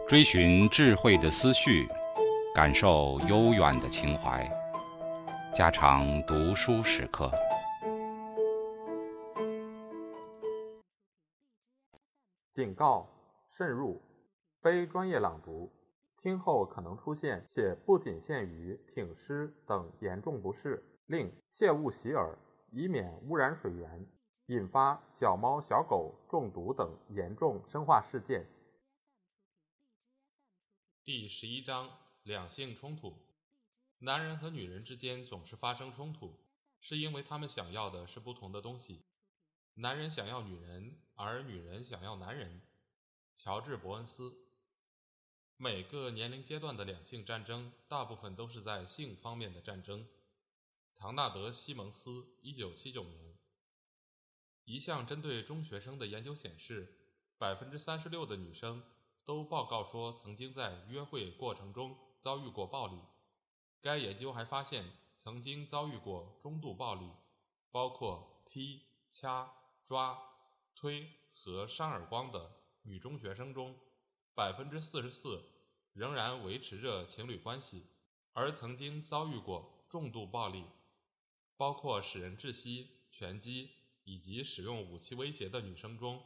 追寻智慧的思绪，感受悠远的情怀。家常读书时刻。 警告：慎入，非专业朗读，听后可能出现且不仅限于挺尸等严重不适，另切勿洗耳，以免污染水源，引发小猫小狗中毒等严重生化事件。 第11章：两性冲突。男人和女人之间总是发生冲突，是因为他们想要的是不同的东西。男人想要女人，而女人想要男人。乔治·伯恩斯。每个年龄阶段的两性战争大部分都是在性方面的战争。唐纳德·西蒙斯1979年。一项针对中学生的研究显示，36%的女生都报告说曾经在约会过程中遭遇过暴力。该研究还发现，曾经遭遇过中度暴力，包括踢、掐、抓、推和扇耳光的女中学生中，44%仍然维持着情侣关系，而曾经遭遇过重度暴力，包括使人窒息、拳击以及使用武器威胁的女生中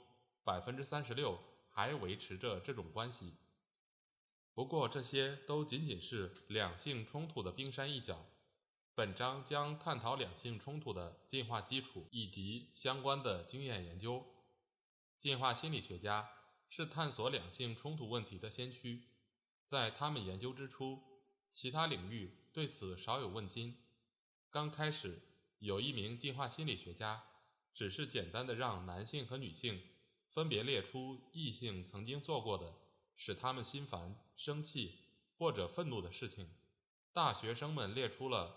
，36%还维持着这种关系。不过这些都仅仅是两性冲突的冰山一角。本章将探讨两性冲突的进化基础以及相关的经验研究。进化心理学家是探索两性冲突问题的先驱，在他们研究之初，其他领域对此少有问津。刚开始，有一名进化心理学家只是简单的让男性和女性分别列出异性曾经做过的使他们心烦、生气或者愤怒的事情。大学生们列出了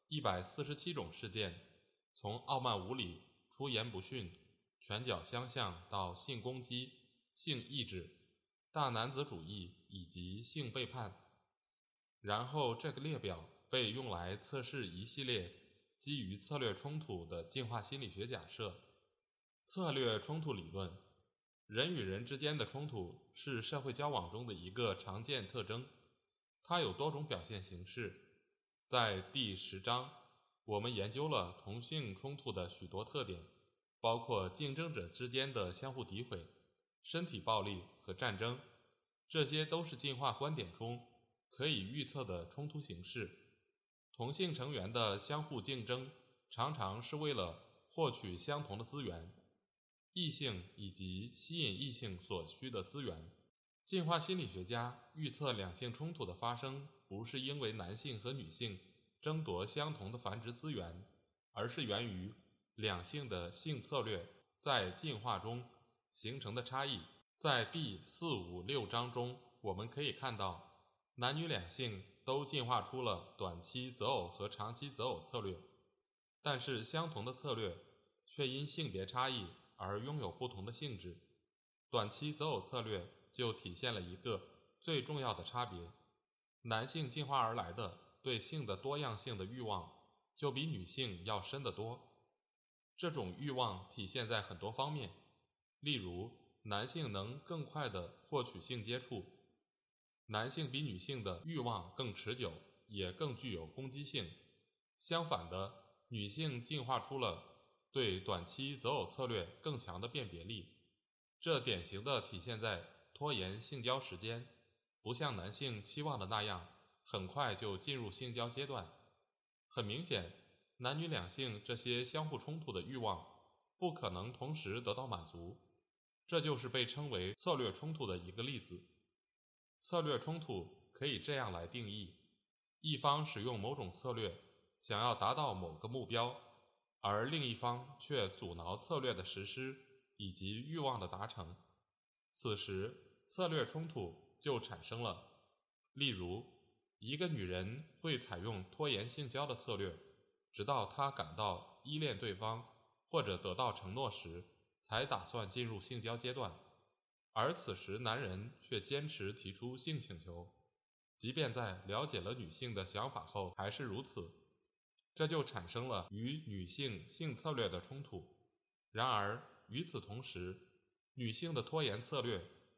147种事件，从傲慢无礼、出言不逊、拳脚相向到性攻击、性抑制、大男子主义以及性背叛。然后这个列表被用来测试一系列基于策略冲突的进化心理学假设。策略冲突理论。人与人之间的冲突是社会交往中的一个常见特征，它有多种表现形式。在第10章，我们研究了同性冲突的许多特点，包括竞争者之间的相互诋毁、身体暴力和战争，这些都是进化观点中可以预测的冲突形式。同性成员的相互竞争常常是为了获取相同的资源，异性以及吸引异性所需的资源。进化心理学家预测两性冲突的发生不是因为男性和女性争夺相同的繁殖资源，而是源于两性的性策略在进化中形成的差异。在第4、5、6章中，我们可以看到男女两性都进化出了短期择偶和长期择偶策略，但是相同的策略却因性别差异而拥有不同的性质。短期择偶策略就体现了一个最重要的差别：男性进化而来的对性的多样性的欲望就比女性要深得多。这种欲望体现在很多方面，例如男性能更快地获取性接触，男性比女性的欲望更持久，也更具有攻击性。相反的，女性进化出了对短期择偶策略更强的辨别力，这典型地体现在拖延性交时间，不像男性期望的那样很快就进入性交阶段。很明显，男女两性这些相互冲突的欲望不可能同时得到满足，这就是被称为策略冲突的一个例子。策略冲突可以这样来定义：一方使用某种策略想要达到某个目标，而另一方却阻挠策略的实施以及欲望的达成，此时策略冲突就产生了。例如，一个女人会采用拖延性交的策略，直到她感到依恋对方或者得到承诺时，才打算进入性交阶段，而此时男人却坚持提出性请求，即便在了解了女性的想法后还是如此，这就产生了与女性性策略的冲突。然而与此同时，女性的拖延策略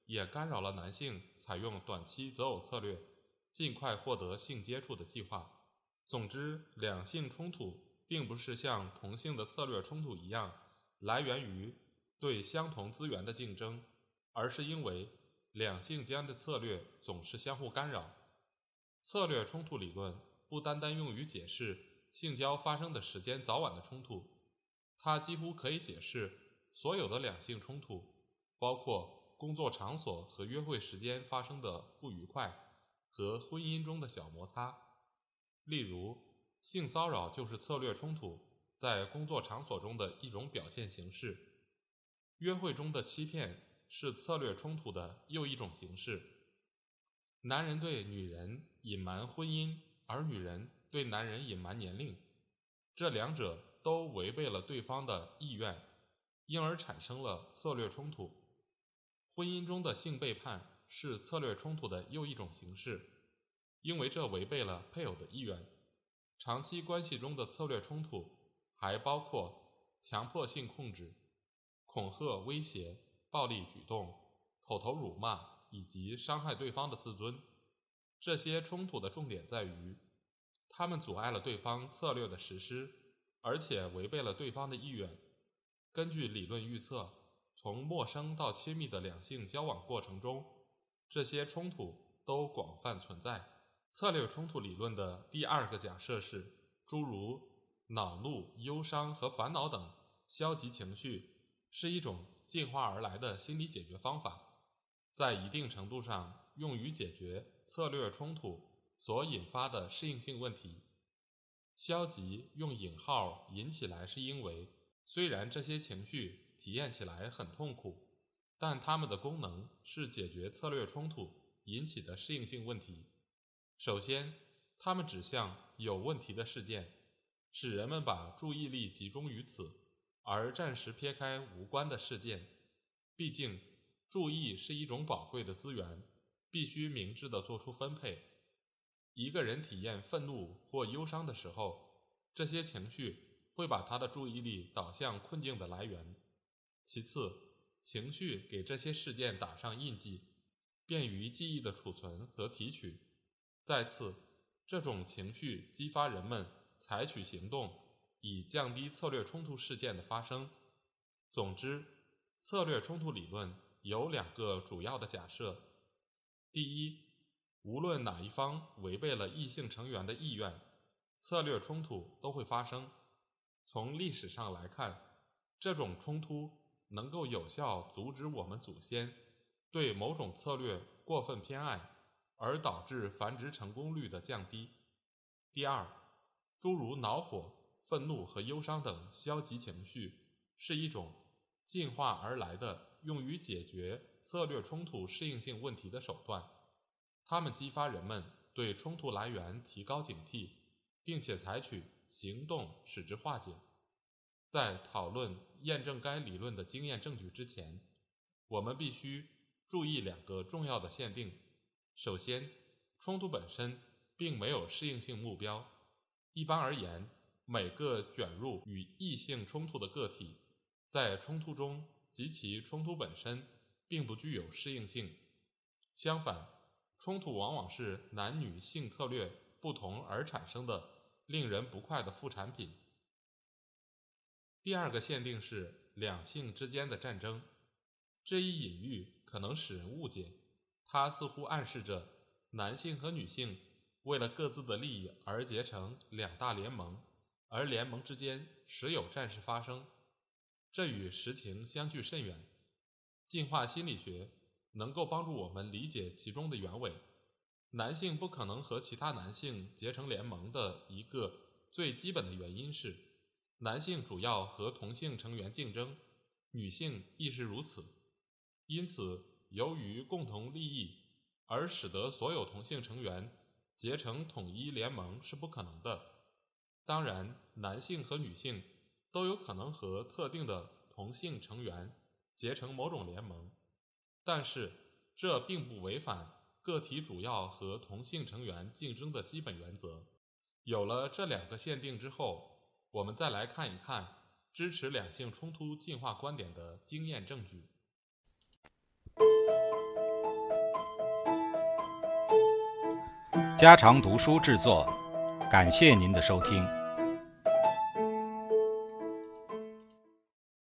也干扰了男性采用短期择偶策略，尽快获得性接触的计划。总之，两性冲突并不是像同性的策略冲突一样来源于对相同资源的竞争，而是因为两性间的策略总是相互干扰。策略冲突理论不单单用于解释性交发生的时间早晚的冲突，它几乎可以解释所有的两性冲突，包括工作场所和约会时间发生的不愉快和婚姻中的小摩擦。例如，性骚扰就是策略冲突在工作场所中的一种表现形式，约会中的欺骗是策略冲突的又一种形式。男人对女人隐瞒婚姻，而女人对男人隐瞒年龄，这两者都违背了对方的意愿，因而产生了策略冲突。婚姻中的性背叛是策略冲突的又一种形式，因为这违背了配偶的意愿。长期关系中的策略冲突还包括强迫性控制、恐吓、威胁、暴力举动、口头辱骂以及伤害对方的自尊。这些冲突的重点在于，他们阻碍了对方策略的实施，而且违背了对方的意愿。根据理论预测，从陌生到亲密的两性交往过程中，这些冲突都广泛存在。策略冲突理论的第二个假设是，诸如恼怒、忧伤和烦恼等消极情绪是一种进化而来的心理解决方法，在一定程度上用于解决策略冲突所引发的适应性问题。消极用引号引起来是因为，虽然这些情绪体验起来很痛苦，但它们的功能是解决策略冲突引起的适应性问题。首先，它们指向有问题的事件，使人们把注意力集中于此，而暂时撇开无关的事件。毕竟，注意是一种宝贵的资源，必须明智地做出分配。一个人体验愤怒或忧伤的时候，这些情绪会把他的注意力导向困境的来源。其次，情绪给这些事件打上印记，便于记忆的储存和提取。再次，这种情绪激发人们采取行动，以降低策略冲突事件的发生。总之，策略冲突理论有两个主要的假设。第一，无论哪一方违背了异性成员的意愿，策略冲突都会发生。从历史上来看，这种冲突能够有效阻止我们祖先对某种策略过分偏爱，而导致繁殖成功率的降低。第二，诸如恼火、愤怒和忧伤等消极情绪是一种进化而来的用于解决策略冲突适应性问题的手段，它们激发人们对冲突来源提高警惕，并且采取行动使之化解。在讨论验证该理论的经验证据之前，我们必须注意两个重要的限定。首先，冲突本身并没有适应性目标。一般而言，每个卷入与异性冲突的个体在冲突中及其冲突本身并不具有适应性。相反，冲突往往是男女性策略不同而产生的令人不快的副产品。第二个限定是两性之间的战争。这一隐喻可能使人误解，它似乎暗示着男性和女性为了各自的利益而结成两大联盟，而联盟之间时有战事发生。这与实情相距甚远。进化心理学能够帮助我们理解其中的原委。男性不可能和其他男性结成联盟的一个最基本的原因是，男性主要和同性成员竞争，女性亦是如此。因此，由于共同利益而使得所有同性成员结成统一联盟是不可能的。当然，男性和女性都有可能和特定的同性成员结成某种联盟，但是这并不违反个体主要和同性成员竞争的基本原则。有了这两个限定之后，我们再来看一看支持两性冲突进化观点的经验证据。 家常读书制作，感谢您的收听。